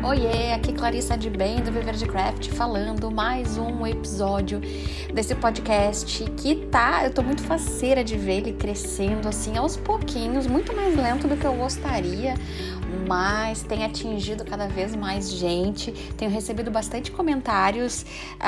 Oiê, aqui Clarissa de Bem do Viver de Craft falando mais um episódio desse podcast que eu tô muito faceira de ver ele crescendo assim aos pouquinhos, muito mais lento do que eu gostaria, mas tem atingido cada vez mais gente. Tenho recebido bastante comentários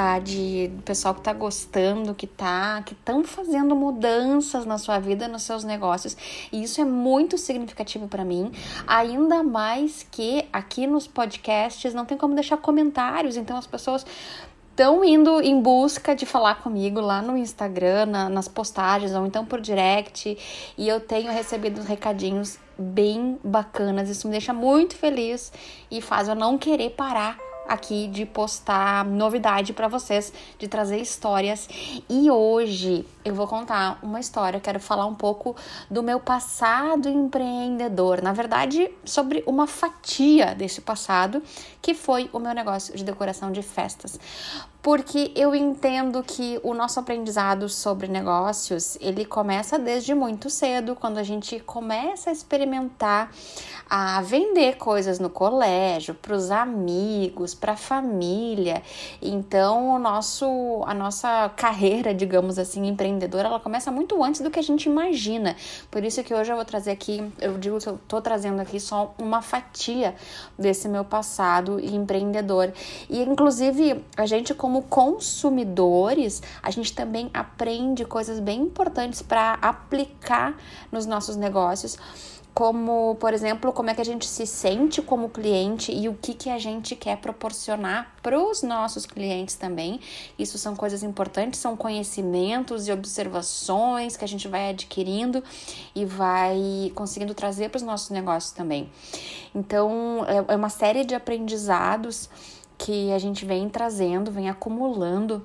de pessoal que tá gostando, que estão fazendo mudanças na sua vida, nos seus negócios, e isso é muito significativo para mim, ainda mais que aqui nos podcasts não tem como deixar comentários, então as pessoas estão indo em busca de falar comigo lá no Instagram, nas postagens, ou então por direct, e eu tenho recebido recadinhos bem bacanas. Isso me deixa muito feliz e faz eu não querer parar aqui de postar novidade para vocês, de trazer histórias. E hoje eu vou contar uma história, quero falar um pouco do meu passado empreendedor, na verdade sobre uma fatia desse passado, que foi o meu negócio de decoração de festas. Porque eu entendo que o nosso aprendizado sobre negócios, ele começa desde muito cedo, quando a gente começa a experimentar, a vender coisas no colégio, para os amigos, para a família. Então, a nossa carreira, digamos assim, empreendedora, ela começa muito antes do que a gente imagina. Por isso que hoje eu vou trazer aqui, eu digo que eu tô trazendo aqui só uma fatia desse meu passado empreendedor. E, inclusive, a gente como consumidores, a gente também aprende coisas bem importantes para aplicar nos nossos negócios, como, por exemplo, como é que a gente se sente como cliente e o que a gente quer proporcionar para os nossos clientes também. Isso são coisas importantes, são conhecimentos e observações que a gente vai adquirindo e vai conseguindo trazer para os nossos negócios também. Então, é uma série de aprendizados que a gente vem trazendo, vem acumulando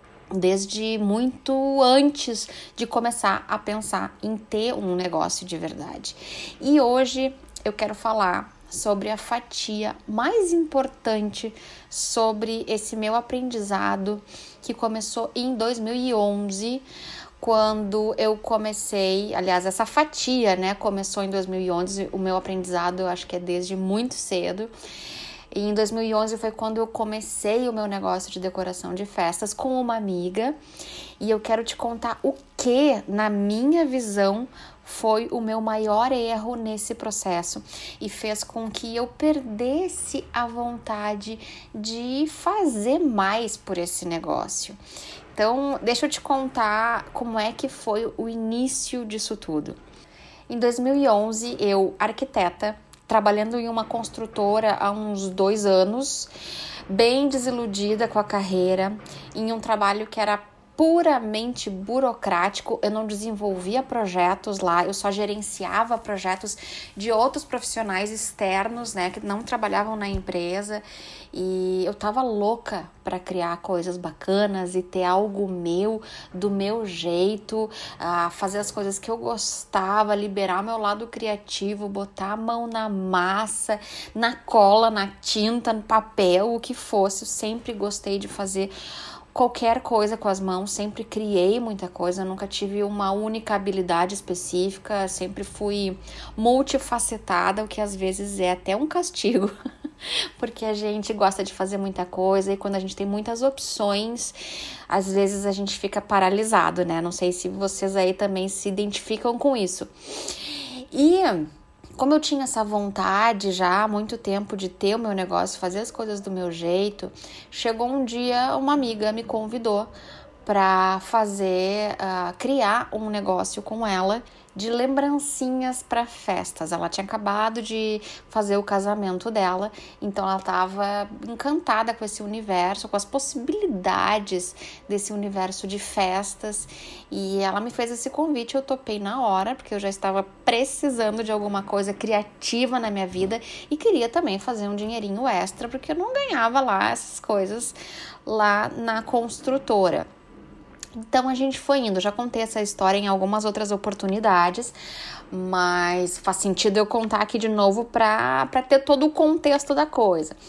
desde muito antes de começar a pensar em ter um negócio de verdade. E hoje eu quero falar sobre a fatia mais importante sobre esse meu aprendizado que começou em 2011, quando eu comecei, aliás, essa fatia, começou em 2011, o meu aprendizado eu acho que é desde muito cedo. E em 2011 foi quando eu comecei o meu negócio de decoração de festas com uma amiga. E eu quero te contar o que, na minha visão, foi o meu maior erro nesse processo e fez com que eu perdesse a vontade de fazer mais por esse negócio. Então, deixa eu te contar como é que foi o início disso tudo. Em 2011, eu, arquiteta, trabalhando em uma construtora há uns 2 anos, bem desiludida com a carreira, em um trabalho que era puramente burocrático. Eu não desenvolvia projetos lá, eu só gerenciava projetos de outros profissionais externos, que não trabalhavam na empresa, e eu tava louca para criar coisas bacanas e ter algo meu, do meu jeito, fazer as coisas que eu gostava, liberar meu lado criativo, botar a mão na massa, na cola, na tinta, no papel, o que fosse. Eu sempre gostei de fazer qualquer coisa com as mãos, sempre criei muita coisa, nunca tive uma única habilidade específica, sempre fui multifacetada, o que às vezes é até um castigo, porque a gente gosta de fazer muita coisa e quando a gente tem muitas opções, às vezes a gente fica paralisado, Não sei se vocês aí também se identificam com isso. E como eu tinha essa vontade já há muito tempo de ter o meu negócio, fazer as coisas do meu jeito, chegou um dia uma amiga me convidou para criar um negócio com ela de lembrancinhas para festas. Ela tinha acabado de fazer o casamento dela, então ela estava encantada com esse universo, com as possibilidades desse universo de festas, e ela me fez esse convite. Eu topei na hora, porque eu já estava precisando de alguma coisa criativa na minha vida e queria também fazer um dinheirinho extra, porque eu não ganhava lá essas coisas lá na construtora. Então a gente foi indo, já contei essa história em algumas outras oportunidades, mas faz sentido eu contar aqui de novo para ter todo o contexto da coisa.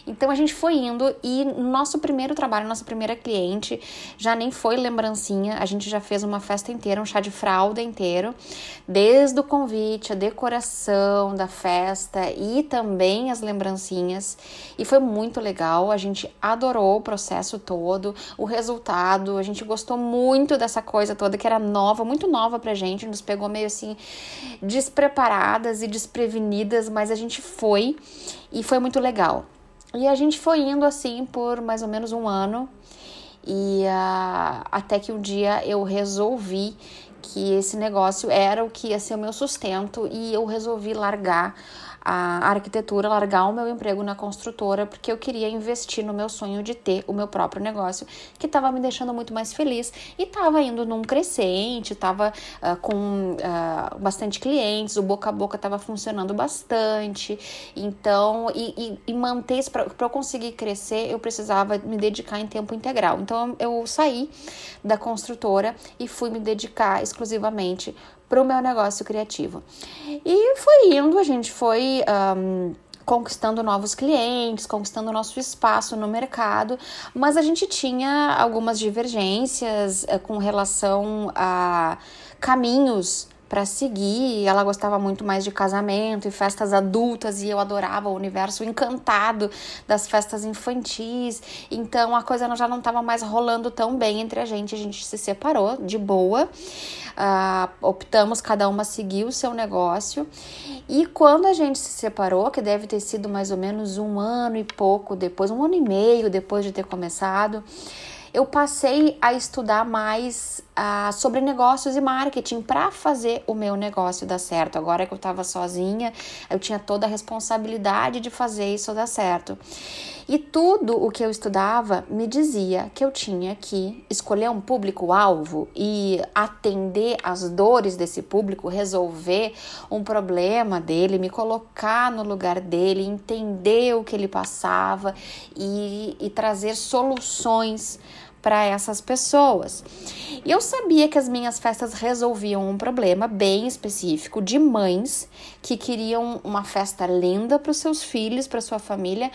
Então a gente foi indo e nosso primeiro trabalho, nossa primeira cliente, já nem foi lembrancinha, a gente já fez uma festa inteira, um chá de fralda inteiro, desde o convite, a decoração da festa e também as lembrancinhas, e foi muito legal, a gente adorou o processo todo, o resultado, a gente gostou muito dessa coisa toda que era nova, muito nova pra gente, nos pegou meio assim despreparadas e desprevenidas, mas a gente foi e foi muito legal. E a gente foi indo assim por mais ou menos um ano e até que um dia eu resolvi que esse negócio era o que ia ser o meu sustento e eu resolvi largar a arquitetura, largar o meu emprego na construtora, porque eu queria investir no meu sonho de ter o meu próprio negócio, que estava me deixando muito mais feliz e estava indo num crescente, estava com bastante clientes, o boca a boca estava funcionando bastante, então, e manter isso, para eu conseguir crescer, eu precisava me dedicar em tempo integral, então eu saí da construtora e fui me dedicar exclusivamente para o meu negócio criativo. E foi indo, a gente foi conquistando novos clientes, conquistando nosso espaço no mercado, mas a gente tinha algumas divergências com relação a caminhos para seguir. Ela gostava muito mais de casamento e festas adultas e eu adorava o universo encantado das festas infantis, então a coisa já não estava mais rolando tão bem entre a gente se separou de boa. Optamos cada uma seguir o seu negócio e quando a gente se separou, que deve ter sido mais ou menos um ano e pouco depois, um ano e meio depois de ter começado, eu passei a estudar mais sobre negócios e marketing para fazer o meu negócio dar certo. Agora que eu estava sozinha, eu tinha toda a responsabilidade de fazer isso dar certo. E tudo o que eu estudava me dizia que eu tinha que escolher um público-alvo e atender as dores desse público, resolver um problema dele, me colocar no lugar dele, entender o que ele passava e trazer soluções para essas pessoas. E eu sabia que as minhas festas resolviam um problema bem específico de mães que queriam uma festa linda para os seus filhos, para sua família,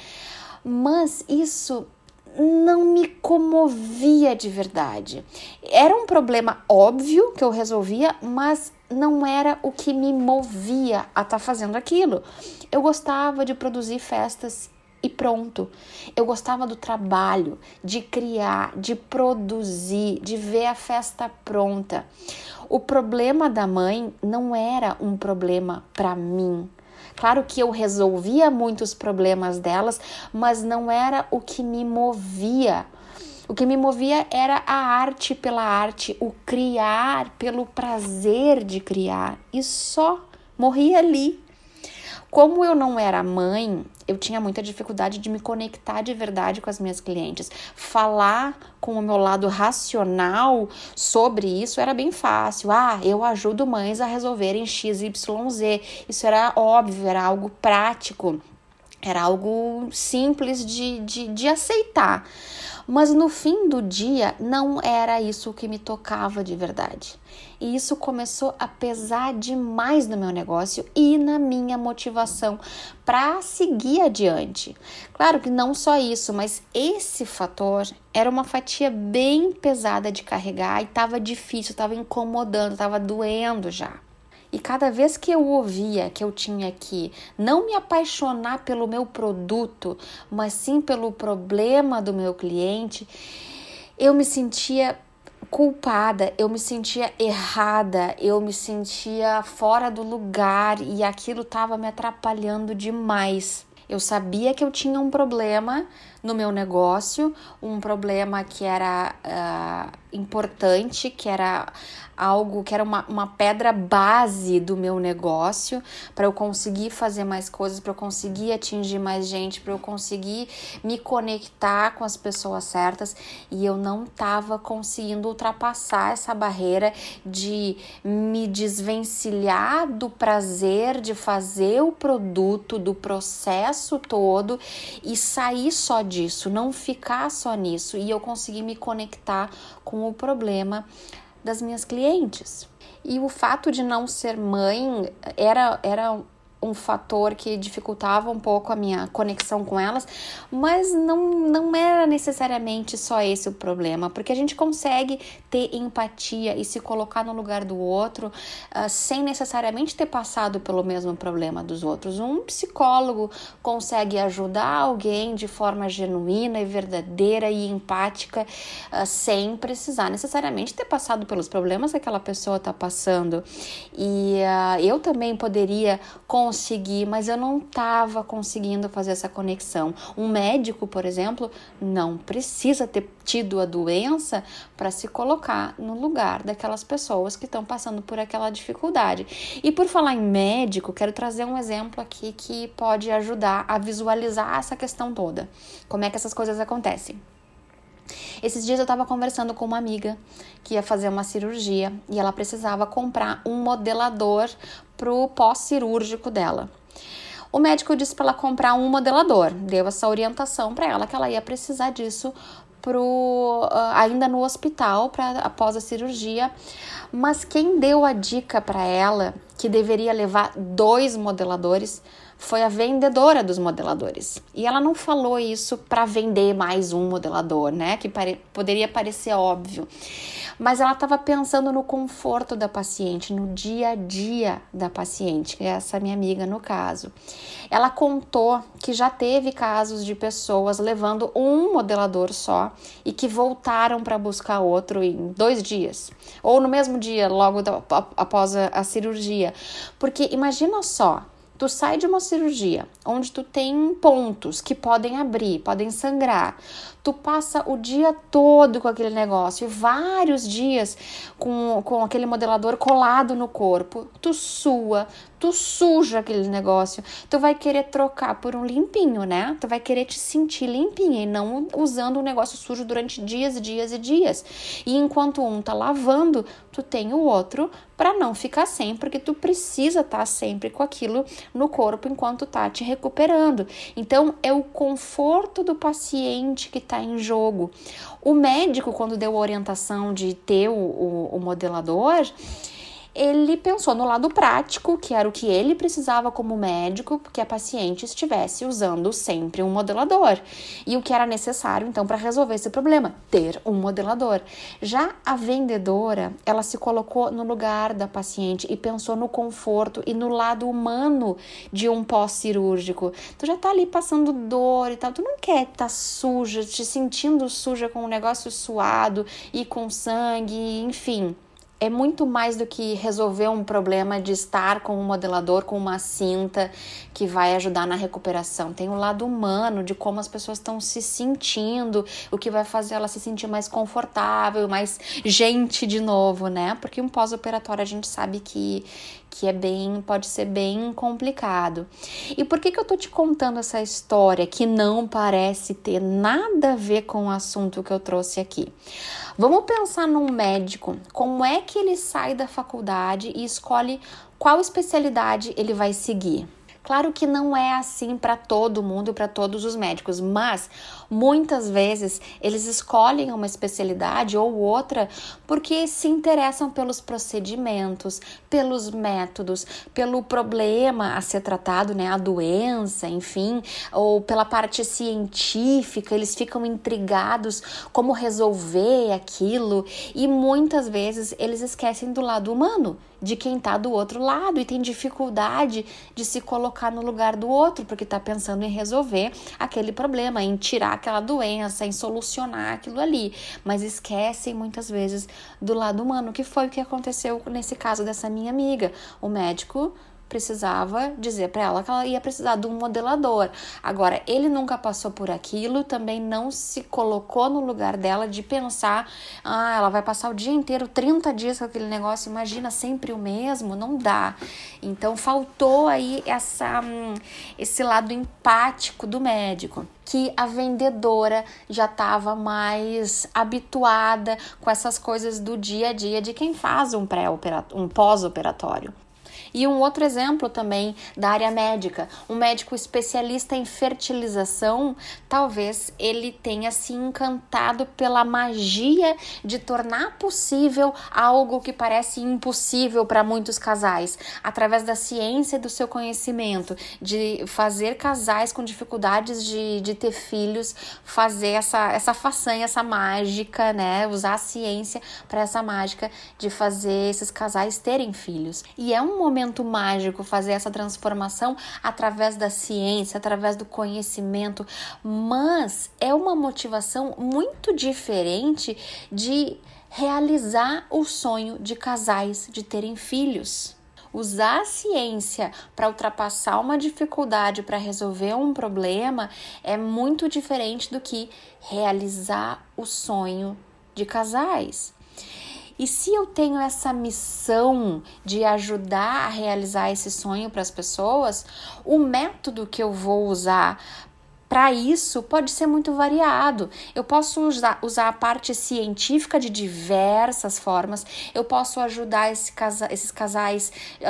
mas isso não me comovia de verdade. Era um problema óbvio que eu resolvia, mas não era o que me movia a estar fazendo aquilo. Eu gostava de produzir festas e pronto. Eu gostava do trabalho, de criar, de produzir, de ver a festa pronta. O problema da mãe não era um problema para mim. Claro que eu resolvia muitos problemas delas, mas não era o que me movia. O que me movia era a arte pela arte, o criar pelo prazer de criar. E só morria ali. Como eu não era mãe, eu tinha muita dificuldade de me conectar de verdade com as minhas clientes. Falar com o meu lado racional sobre isso era bem fácil. Eu ajudo mães a resolverem X, Y, Z. Isso era óbvio, era algo prático, era algo simples de aceitar. Mas no fim do dia, não era isso que me tocava de verdade. E isso começou a pesar demais no meu negócio e na minha motivação para seguir adiante. Claro que não só isso, mas esse fator era uma fatia bem pesada de carregar e estava difícil, estava incomodando, estava doendo já. E cada vez que eu ouvia que eu tinha que não me apaixonar pelo meu produto, mas sim pelo problema do meu cliente, eu me sentia culpada, eu me sentia errada, eu me sentia fora do lugar e aquilo estava me atrapalhando demais. Eu sabia que eu tinha um problema no meu negócio, um problema que era importante, que era algo que era uma pedra base do meu negócio, para eu conseguir fazer mais coisas, para eu conseguir atingir mais gente, para eu conseguir me conectar com as pessoas certas, e eu não estava conseguindo ultrapassar essa barreira de me desvencilhar do prazer de fazer o produto, do processo todo e sair só disso, não ficar só nisso, e eu consegui me conectar com o problema das minhas clientes. E o fato de não ser mãe era um fator que dificultava um pouco a minha conexão com elas, mas não era necessariamente só esse o problema, porque a gente consegue ter empatia e se colocar no lugar do outro sem necessariamente ter passado pelo mesmo problema dos outros. Um psicólogo consegue ajudar alguém de forma genuína e verdadeira e empática, sem precisar necessariamente ter passado pelos problemas que aquela pessoa está passando. E eu também poderia conseguir, mas eu não estava conseguindo fazer essa conexão. Um médico, por exemplo, não precisa ter tido a doença para se colocar no lugar daquelas pessoas que estão passando por aquela dificuldade. E por falar em médico, quero trazer um exemplo aqui que pode ajudar a visualizar essa questão toda. Como é que essas coisas acontecem? Esses dias eu estava conversando com uma amiga que ia fazer uma cirurgia e ela precisava comprar um modelador pro pós-cirúrgico dela. O médico disse para ela comprar um modelador, deu essa orientação para ela que ela ia precisar disso ainda no hospital após a cirurgia, mas quem deu a dica para ela que deveria levar 2 modeladores foi a vendedora dos modeladores. E ela não falou isso para vender mais um modelador, né? Que poderia parecer óbvio. Mas ela estava pensando no conforto da paciente, no dia a dia da paciente, que é essa minha amiga no caso. Ela contou que já teve casos de pessoas levando um modelador só e que voltaram para buscar outro em 2 dias. Ou no mesmo dia, logo após a cirurgia. Porque imagina só, tu sai de uma cirurgia onde tu tem pontos que podem abrir, podem sangrar. Tu passa o dia todo com aquele negócio, vários dias com aquele modelador colado no corpo. Tu sua, tu suja aquele negócio. Tu vai querer trocar por um limpinho, né? Tu vai querer te sentir limpinha e não usando um negócio sujo durante dias e dias e dias. E enquanto um tá lavando, tu tem o outro para não ficar sem, porque tu precisa estar sempre com aquilo no corpo enquanto tá te recuperando. Então, é o conforto do paciente que tá em jogo. O médico, quando deu a orientação de ter o modelador, ele pensou no lado prático, que era o que ele precisava como médico, que a paciente estivesse usando sempre um modelador. E o que era necessário, então, para resolver esse problema? Ter um modelador. Já a vendedora, ela se colocou no lugar da paciente e pensou no conforto e no lado humano de um pós-cirúrgico. Tu já tá ali passando dor e tal, tu não quer estar suja, te sentindo suja com um negócio suado e com sangue, enfim. É muito mais do que resolver um problema de estar com um modelador, com uma cinta que vai ajudar na recuperação. Tem o lado humano de como as pessoas estão se sentindo, o que vai fazer ela se sentir mais confortável, mais gente de novo, né? Porque um pós-operatório a gente sabe que pode ser bem complicado. E por que eu tô te contando essa história que não parece ter nada a ver com o assunto que eu trouxe aqui? Vamos pensar num médico, como é que ele sai da faculdade e escolhe qual especialidade ele vai seguir? Claro que não é assim para todo mundo, para todos os médicos, mas muitas vezes eles escolhem uma especialidade ou outra porque se interessam pelos procedimentos, pelos métodos, pelo problema a ser tratado, né, a doença, enfim, ou pela parte científica, eles ficam intrigados como resolver aquilo e muitas vezes eles esquecem do lado humano, de quem está do outro lado e tem dificuldade de se colocar no lugar do outro, porque está pensando em resolver aquele problema, em tirar aquela doença, em solucionar aquilo ali, mas esquecem muitas vezes do lado humano, que foi o que aconteceu nesse caso dessa minha amiga. O médico precisava dizer para ela que ela ia precisar de um modelador. Agora, ele nunca passou por aquilo, também não se colocou no lugar dela de pensar, ela vai passar o dia inteiro, 30 dias com aquele negócio, imagina, sempre o mesmo, não dá. Então, faltou aí esse lado empático do médico, que a vendedora já estava mais habituada com essas coisas do dia a dia de quem faz um pós-operatório. E um outro exemplo também da área médica, um médico especialista em fertilização, talvez ele tenha se encantado pela magia de tornar possível algo que parece impossível para muitos casais, através da ciência e do seu conhecimento, de fazer casais com dificuldades de ter filhos, fazer essa façanha, essa mágica, né? Usar a ciência para essa mágica de fazer esses casais terem filhos. E é um momento mágico fazer essa transformação através da ciência, através do conhecimento, mas é uma motivação muito diferente de realizar o sonho de casais de terem filhos. Usar a ciência para ultrapassar uma dificuldade, para resolver um problema, é muito diferente do que realizar o sonho de casais. E se eu tenho essa missão de ajudar a realizar esse sonho para as pessoas, o método que eu vou usar para isso pode ser muito variado. Eu posso usar a parte científica de diversas formas. Eu posso ajudar esses casais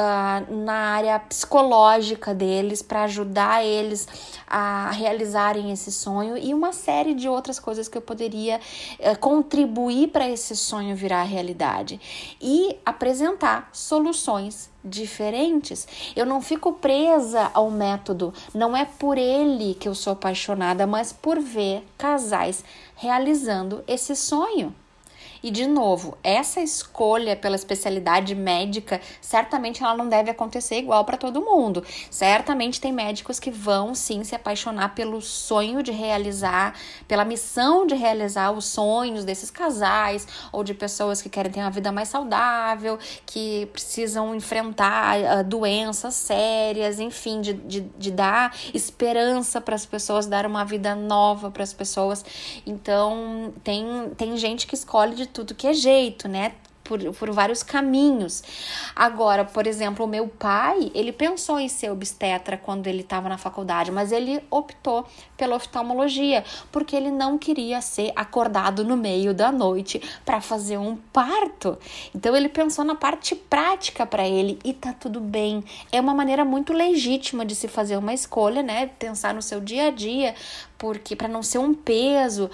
na área psicológica deles, para ajudar eles a realizarem esse sonho, e uma série de outras coisas que eu poderia contribuir para esse sonho virar realidade e apresentar soluções diferentes. Eu não fico presa ao método, não é por ele que eu sou apaixonada, mas por ver casais realizando esse sonho. E, de novo, essa escolha pela especialidade médica, certamente ela não deve acontecer igual para todo mundo. Certamente tem médicos que vão, sim, se apaixonar pelo sonho de realizar, pela missão de realizar os sonhos desses casais, ou de pessoas que querem ter uma vida mais saudável, que precisam enfrentar doenças sérias, enfim, de dar esperança para as pessoas, dar uma vida nova para as pessoas. Então, tem gente que escolhe de tudo que é jeito, né? Por vários caminhos. Agora, por exemplo, o meu pai, ele pensou em ser obstetra quando ele estava na faculdade, mas ele optou pela oftalmologia, porque ele não queria ser acordado no meio da noite para fazer um parto. Então, ele pensou na parte prática para ele, e tá tudo bem. É uma maneira muito legítima de se fazer uma escolha, né? Pensar no seu dia a dia, porque para não ser um peso,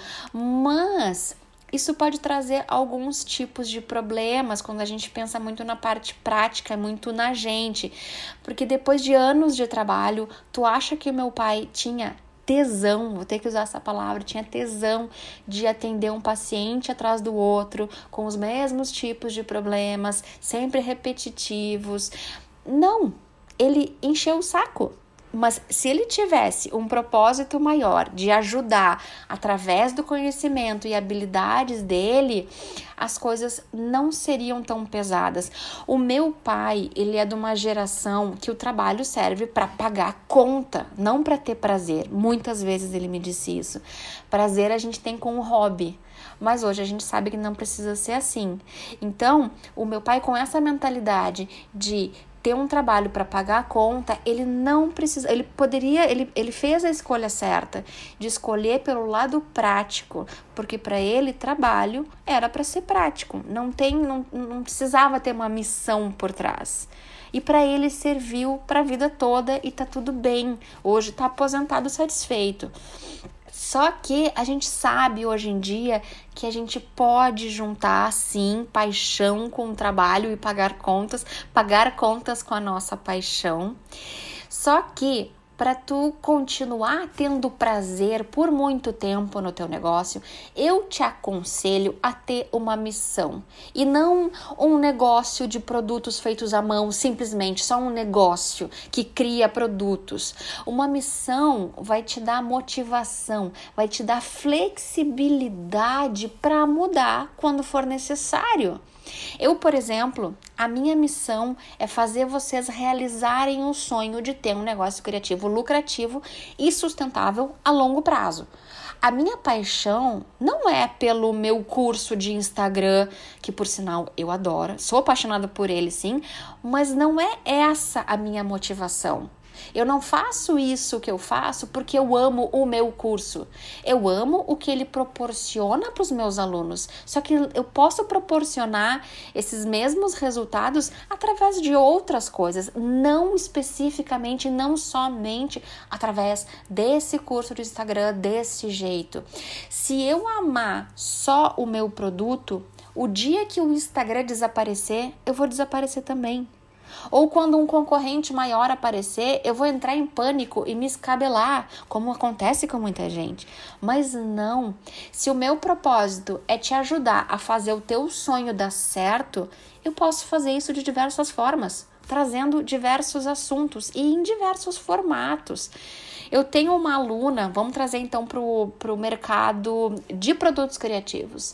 mas isso pode trazer alguns tipos de problemas quando a gente pensa muito na parte prática, muito na gente. Porque depois de anos de trabalho, tu acha que o meu pai tinha tesão, vou ter que usar essa palavra, tinha tesão de atender um paciente atrás do outro, com os mesmos tipos de problemas, sempre repetitivos? Não, ele encheu o saco. Mas se ele tivesse um propósito maior de ajudar através do conhecimento e habilidades dele, as coisas não seriam tão pesadas. O meu pai, ele é de uma geração que o trabalho serve para pagar conta, não para ter prazer. Muitas vezes ele me disse isso. Prazer a gente tem com o hobby, mas hoje a gente sabe que não precisa ser assim. Então, o meu pai, com essa mentalidade de ter um trabalho para pagar a conta, ele não precisa, ele fez a escolha certa de escolher pelo lado prático, porque para ele trabalho era para ser prático, não precisava ter uma missão por trás. E para ele serviu para a vida toda e tá tudo bem. Hoje tá aposentado, satisfeito. Só que a gente sabe hoje em dia que a gente pode juntar, sim, paixão com o trabalho e pagar contas com a nossa paixão. Só que para tu continuar tendo prazer por muito tempo no teu negócio, eu te aconselho a ter uma missão e não um negócio de produtos feitos à mão, simplesmente só um negócio que cria produtos. Uma missão vai te dar motivação, vai te dar flexibilidade para mudar quando for necessário. Eu, por exemplo, a minha missão é fazer vocês realizarem o sonho de ter um negócio criativo lucrativo e sustentável a longo prazo. A minha paixão não é pelo meu curso de Instagram, que por sinal eu adoro, sou apaixonada por ele sim, mas não é essa a minha motivação. Eu não faço isso que eu faço porque eu amo o meu curso. Eu amo o que ele proporciona para os meus alunos. Só que eu posso proporcionar esses mesmos resultados através de outras coisas, não especificamente, não somente através desse curso de Instagram, desse jeito. Se eu amar só o meu produto, o dia que o Instagram desaparecer, eu vou desaparecer também. Ou quando um concorrente maior aparecer, eu vou entrar em pânico e me escabelar, como acontece com muita gente. Mas não, se o meu propósito é te ajudar a fazer o teu sonho dar certo, eu posso fazer isso de diversas formas, trazendo diversos assuntos e em diversos formatos. Eu tenho uma aluna, vamos trazer então para o mercado de produtos criativos.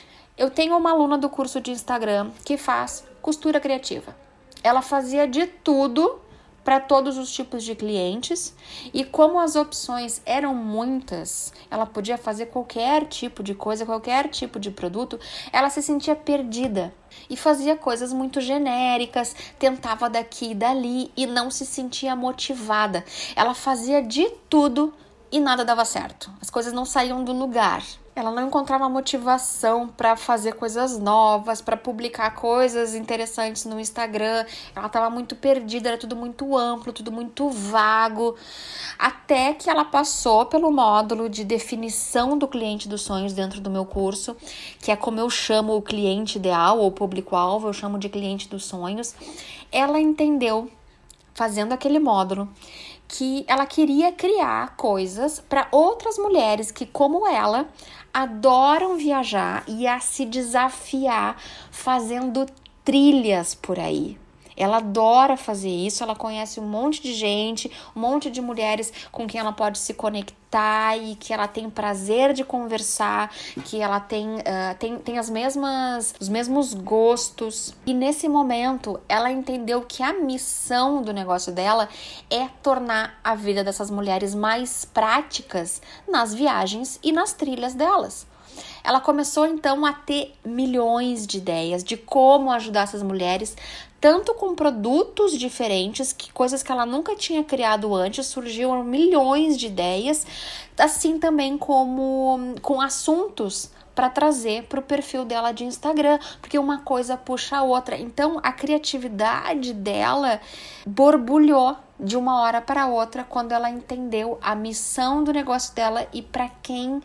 Eu tenho uma aluna do curso de Instagram que faz costura criativa. Ela fazia de tudo para todos os tipos de clientes e como as opções eram muitas, ela podia fazer qualquer tipo de coisa, qualquer tipo de produto, ela se sentia perdida e fazia coisas muito genéricas, tentava daqui e dali e não se sentia motivada. Ela fazia de tudo e nada dava certo, as coisas não saíam do lugar. Ela não encontrava motivação para fazer coisas novas, para publicar coisas interessantes no Instagram. Ela estava muito perdida, era tudo muito amplo, tudo muito vago. Até que ela passou pelo módulo de definição do cliente dos sonhos dentro do meu curso, que é como eu chamo o cliente ideal ou público-alvo, eu chamo de cliente dos sonhos. Ela entendeu, fazendo aquele módulo, que ela queria criar coisas para outras mulheres que, como ela, adoram viajar e a se desafiar fazendo trilhas por aí. Ela adora fazer isso, ela conhece um monte de gente, um monte de mulheres com quem ela pode se conectar e que ela tem prazer de conversar, que ela tem os mesmos gostos. E nesse momento, ela entendeu que a missão do negócio dela é tornar a vida dessas mulheres mais práticas nas viagens e nas trilhas delas. Ela começou então a ter milhões de ideias de como ajudar essas mulheres, tanto com produtos diferentes, coisas que ela nunca tinha criado antes, surgiram milhões de ideias, assim também como com assuntos para trazer para o perfil dela de Instagram, porque uma coisa puxa a outra. Então, a criatividade dela borbulhou de uma hora para outra quando ela entendeu a missão do negócio dela e para quem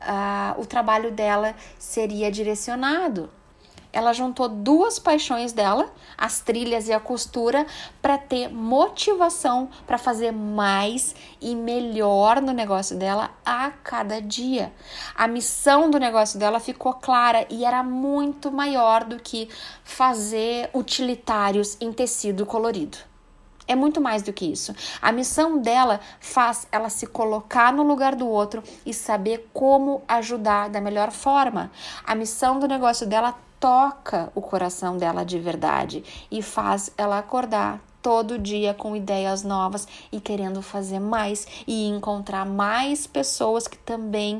o trabalho dela seria direcionado. Ela juntou duas paixões dela, as trilhas e a costura, para ter motivação para fazer mais e melhor no negócio dela a cada dia. A missão do negócio dela ficou clara e era muito maior do que fazer utilitários em tecido colorido. É muito mais do que isso. A missão dela faz ela se colocar no lugar do outro e saber como ajudar da melhor forma. A missão do negócio dela toca o coração dela de verdade e faz ela acordar todo dia com ideias novas e querendo fazer mais e encontrar mais pessoas que também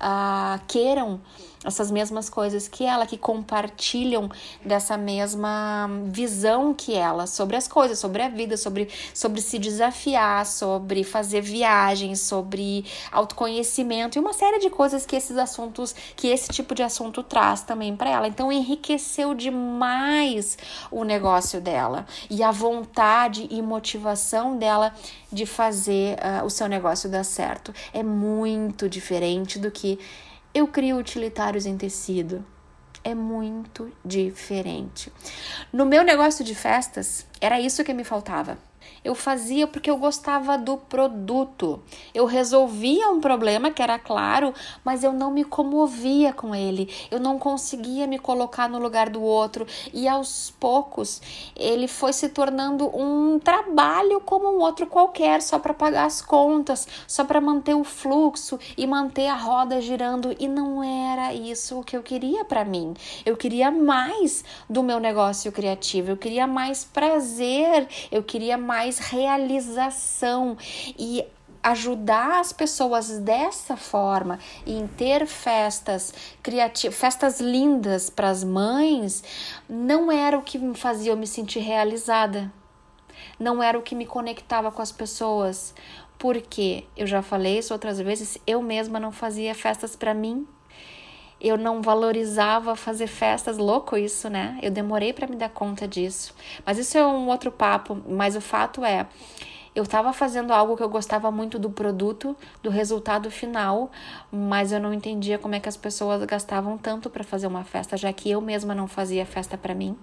queiram essas mesmas coisas que ela, que compartilham dessa mesma visão que ela sobre as coisas, sobre a vida, sobre se desafiar, sobre fazer viagens, sobre autoconhecimento e uma série de coisas que esse tipo de assunto traz também para ela. Então enriqueceu demais o negócio dela e a vontade e motivação dela de fazer o seu negócio dar certo. É muito diferente do que eu crio utilitários em tecido. É muito diferente. No meu negócio de festas, era isso que me faltava. Eu fazia porque eu gostava do produto. Eu resolvia um problema que era claro, mas eu não me comovia com ele. Eu não conseguia me colocar no lugar do outro. E aos poucos, ele foi se tornando um trabalho como um outro qualquer, só para pagar as contas, só para manter o fluxo e manter a roda girando. E não era isso o que eu queria para mim. Eu queria mais do meu negócio criativo. Eu queria mais prazer. Eu queria mais realização e ajudar as pessoas dessa forma em ter festas criativas, festas lindas para as mães, não era o que me fazia eu me sentir realizada. não era o que me conectava com as pessoas, porque eu já falei isso outras vezes, eu mesma não fazia festas para mim. Eu não valorizava fazer festas, louco isso, né? Eu demorei para me dar conta disso. Mas isso é um outro papo, mas o fato é, eu estava fazendo algo que eu gostava muito do produto, do resultado final, mas eu não entendia como é que as pessoas gastavam tanto para fazer uma festa, já que eu mesma não fazia festa para mim.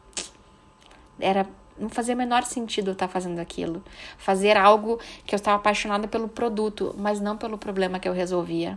Não fazia o menor sentido eu estar fazendo aquilo. Fazer algo que eu estava apaixonada pelo produto, mas não pelo problema que eu resolvia.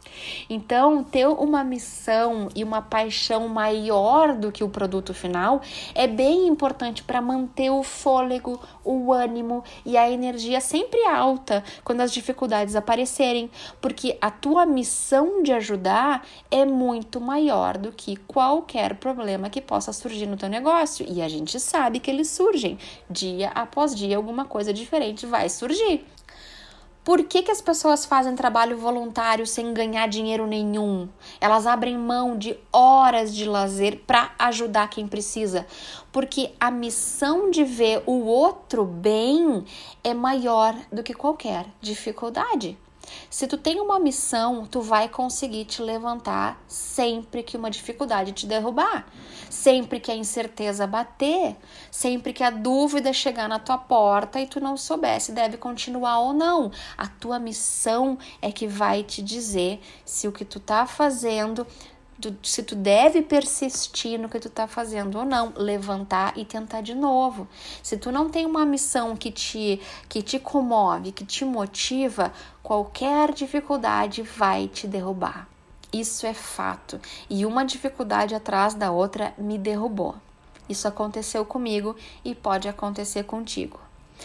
Então, ter uma missão e uma paixão maior do que o produto final é bem importante para manter o fôlego, o ânimo e a energia sempre alta quando as dificuldades aparecerem, porque a tua missão de ajudar é muito maior do que qualquer problema que possa surgir no teu negócio. E a gente sabe que eles surgem. Dia após dia, alguma coisa diferente vai surgir. Por que as pessoas fazem trabalho voluntário sem ganhar dinheiro nenhum? Elas abrem mão de horas de lazer para ajudar quem precisa. Porque a missão de ver o outro bem é maior do que qualquer dificuldade. Se tu tem uma missão, tu vai conseguir te levantar sempre que uma dificuldade te derrubar, sempre que a incerteza bater, sempre que a dúvida chegar na tua porta e tu não souber se deve continuar ou não. A tua missão é que vai te dizer se o que tu tá fazendo, se tu deve persistir no que tu tá fazendo ou não, levantar e tentar de novo. Se tu não tem uma missão que te comove, que te motiva, qualquer dificuldade vai te derrubar. Isso é fato. E uma dificuldade atrás da outra me derrubou. Isso aconteceu comigo e pode acontecer contigo.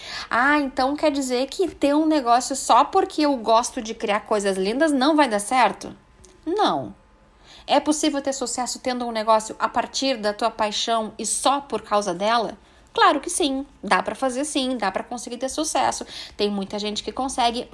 Então quer dizer que ter um negócio só porque eu gosto de criar coisas lindas não vai dar certo? Não. É possível ter sucesso tendo um negócio a partir da tua paixão e só por causa dela? Claro que sim, dá para fazer sim, dá para conseguir ter sucesso. Tem muita gente que consegue,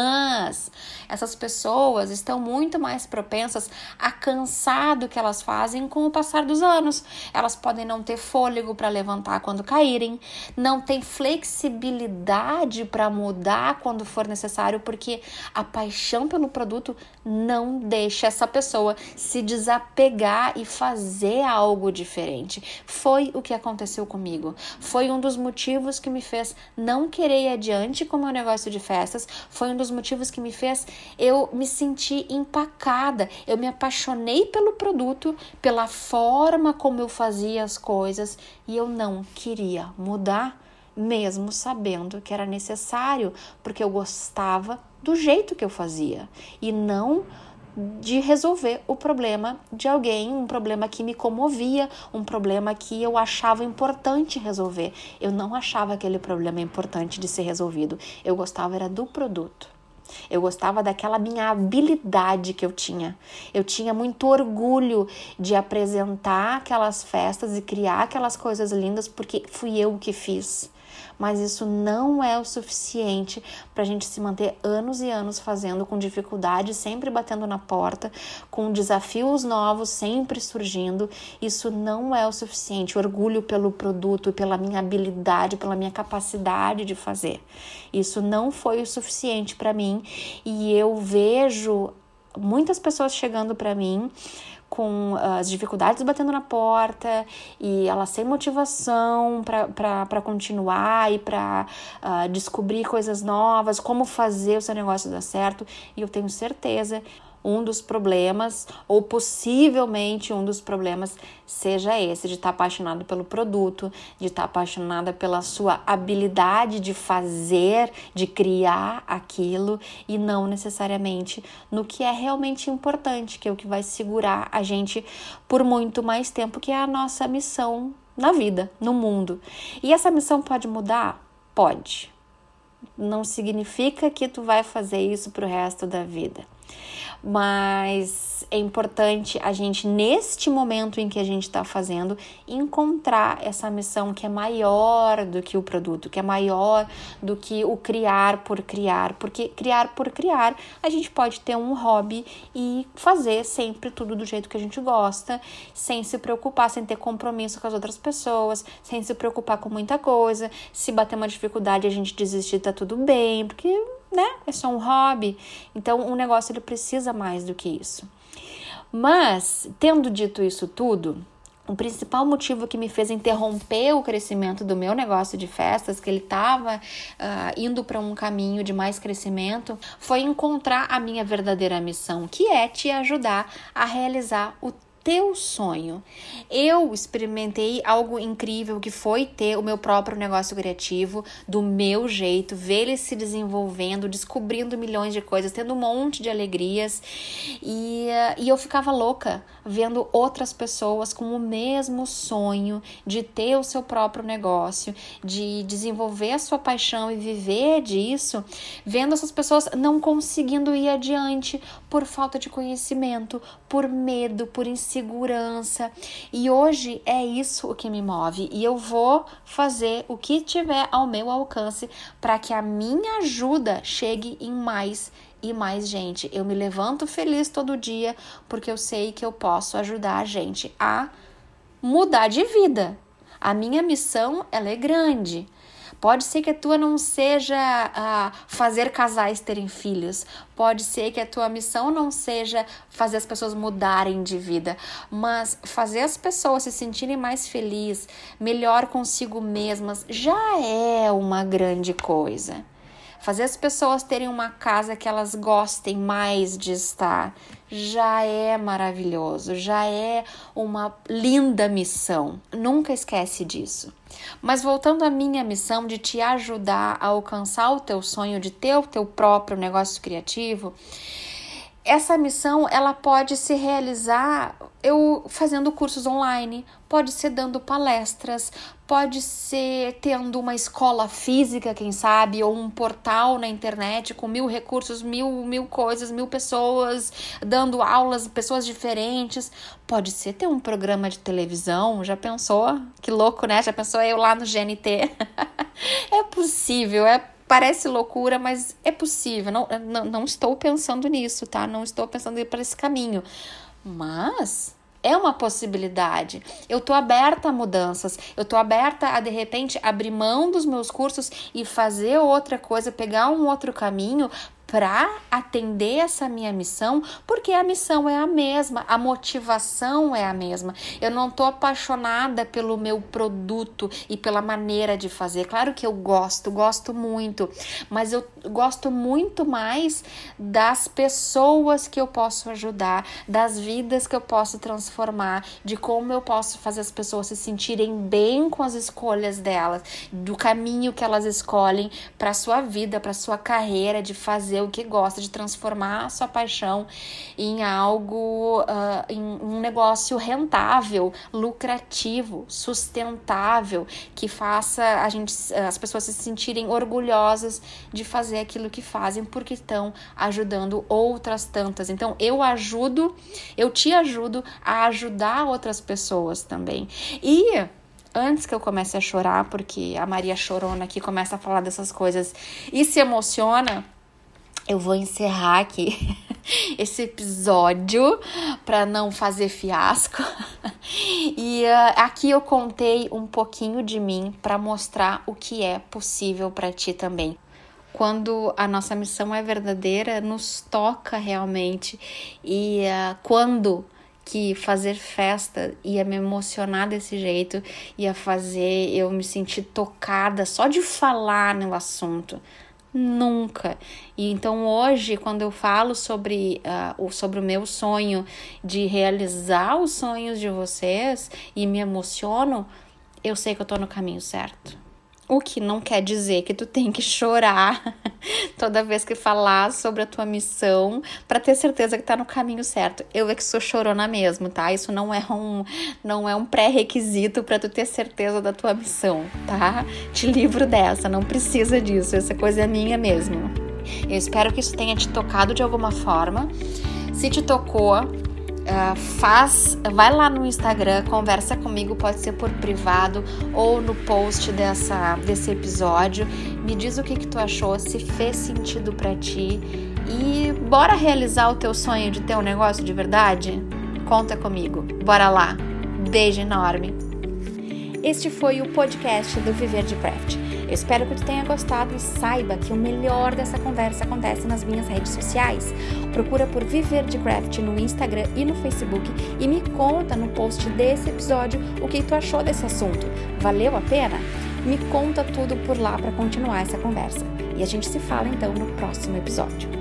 mas essas pessoas estão muito mais propensas a cansar do que elas fazem com o passar dos anos. Elas podem não ter fôlego para levantar quando caírem, não tem flexibilidade para mudar quando for necessário, porque a paixão pelo produto não deixa essa pessoa se desapegar e fazer algo diferente. Foi o que aconteceu comigo. Foi um dos motivos que me fez não querer ir adiante com o meu negócio de festas. Foi um dos motivos que me fez eu me sentir empacada. Eu me apaixonei pelo produto, pela forma como eu fazia as coisas e eu não queria mudar, mesmo sabendo que era necessário, porque eu gostava do jeito que eu fazia e não de resolver o problema de alguém, um problema que me comovia, um problema que eu achava importante resolver. Eu não achava aquele problema importante de ser resolvido. Eu gostava era do produto. Eu gostava daquela minha habilidade que eu tinha. Eu tinha muito orgulho de apresentar aquelas festas e criar aquelas coisas lindas porque fui eu que fiz. Mas isso não é o suficiente para a gente se manter anos e anos fazendo, com dificuldade sempre batendo na porta, com desafios novos sempre surgindo. Isso não é o suficiente. Orgulho pelo produto, pela minha habilidade, pela minha capacidade de fazer. Isso não foi o suficiente para mim e eu vejo muitas pessoas chegando para mim com as dificuldades batendo na porta e ela sem motivação para continuar e para descobrir coisas novas, como fazer o seu negócio dar certo. E eu tenho certeza um dos problemas, ou possivelmente um dos problemas, seja esse, de estar apaixonado pelo produto, de estar apaixonada pela sua habilidade de fazer, de criar aquilo, e não necessariamente no que é realmente importante, que é o que vai segurar a gente por muito mais tempo, que é a nossa missão na vida, no mundo. E essa missão pode mudar? Pode. Não significa que tu vai fazer isso pro resto da vida. Mas é importante a gente, neste momento em que a gente está fazendo, encontrar essa missão que é maior do que o produto, que é maior do que o criar por criar, porque criar por criar, a gente pode ter um hobby e fazer sempre tudo do jeito que a gente gosta, sem se preocupar, sem ter compromisso com as outras pessoas, sem se preocupar com muita coisa. Se bater uma dificuldade, a gente desistir, tá tudo bem, porque, né, é só um hobby. Então, um negócio, ele precisa mais do que isso. Mas, tendo dito isso tudo, o principal motivo que me fez interromper o crescimento do meu negócio de festas, que ele estava indo para um caminho de mais crescimento, foi encontrar a minha verdadeira missão, que é te ajudar a realizar o teu sonho. Eu experimentei algo incrível que foi ter o meu próprio negócio criativo do meu jeito, ver ele se desenvolvendo, descobrindo milhões de coisas, tendo um monte de alegrias, e eu ficava louca vendo outras pessoas com o mesmo sonho de ter o seu próprio negócio, de desenvolver a sua paixão e viver disso, vendo essas pessoas não conseguindo ir adiante por falta de conhecimento, por medo, por insegurança. E hoje é isso o que me move, e eu vou fazer o que tiver ao meu alcance para que a minha ajuda chegue em mais e mais gente. Eu me levanto feliz todo dia porque eu sei que eu posso ajudar a gente a mudar de vida. A minha missão, ela é grande. Pode ser que a tua não seja fazer casais terem filhos. Pode ser que a tua missão não seja fazer as pessoas mudarem de vida. Mas fazer as pessoas se sentirem mais felizes, melhor consigo mesmas, já é uma grande coisa. Fazer as pessoas terem uma casa que elas gostem mais de estar já é maravilhoso, já é uma linda missão. Nunca esquece disso. Mas voltando à minha missão de te ajudar a alcançar o teu sonho de ter o teu próprio negócio criativo, essa missão, ela pode se realizar eu fazendo cursos online, pode ser dando palestras, pode ser tendo uma escola física, quem sabe, ou um portal na internet com 1000 recursos, mil coisas, 1000 pessoas dando aulas, pessoas diferentes. Pode ser ter um programa de televisão, já pensou? Que louco, né? Já pensou eu lá no GNT? É possível, parece loucura, mas é possível. Não estou pensando nisso, tá? Não estou pensando em ir para esse caminho. Mas é uma possibilidade. Eu tô aberta a mudanças. Eu tô aberta a, de repente, abrir mão dos meus cursos e fazer outra coisa, pegar um outro caminho para atender essa minha missão, porque a missão é a mesma, a motivação é a mesma. Eu não tô apaixonada pelo meu produto e pela maneira de fazer. Claro que eu gosto muito, mas eu gosto muito mais das pessoas que eu posso ajudar, das vidas que eu posso transformar, de como eu posso fazer as pessoas se sentirem bem com as escolhas delas, do caminho que elas escolhem para sua vida, para sua carreira, de fazer o que gosta, de transformar a sua paixão em algo, em um negócio rentável, lucrativo, sustentável, que faça as pessoas se sentirem orgulhosas de fazer aquilo que fazem, porque estão ajudando outras tantas. Então, eu te ajudo a ajudar outras pessoas também. E antes que eu comece a chorar, porque a Maria Chorona aqui começa a falar dessas coisas e se emociona, eu vou encerrar aqui esse episódio para não fazer fiasco. E aqui eu contei um pouquinho de mim para mostrar o que é possível para ti também. Quando a nossa missão é verdadeira, nos toca realmente. E quando que fazer festa ia me emocionar desse jeito, ia fazer eu me sentir tocada só de falar no assunto. Nunca. E então hoje, quando eu falo sobre o meu sonho de realizar os sonhos de vocês e me emociono, eu sei que eu tô no caminho certo. O que não quer dizer que tu tem que chorar toda vez que falar sobre a tua missão para ter certeza que tá no caminho certo. Eu é que sou chorona mesmo, tá? Isso não é um pré-requisito para tu ter certeza da tua missão, tá? Te livro dessa, não precisa disso, essa coisa é minha mesmo. Eu espero que isso tenha te tocado de alguma forma. Se te tocou, vai lá no Instagram, conversa comigo, pode ser por privado ou no post desse episódio. Me diz o que tu achou, se fez sentido pra ti e bora realizar o teu sonho de ter um negócio de verdade? Conta comigo, bora lá. Beijo enorme. Este foi o podcast do Viver de Craft. Eu espero que tu tenha gostado e saiba que o melhor dessa conversa acontece nas minhas redes sociais. Procura por Viver de Craft no Instagram e no Facebook e me conta no post desse episódio o que tu achou desse assunto. Valeu a pena? Me conta tudo por lá para continuar essa conversa. E a gente se fala então no próximo episódio.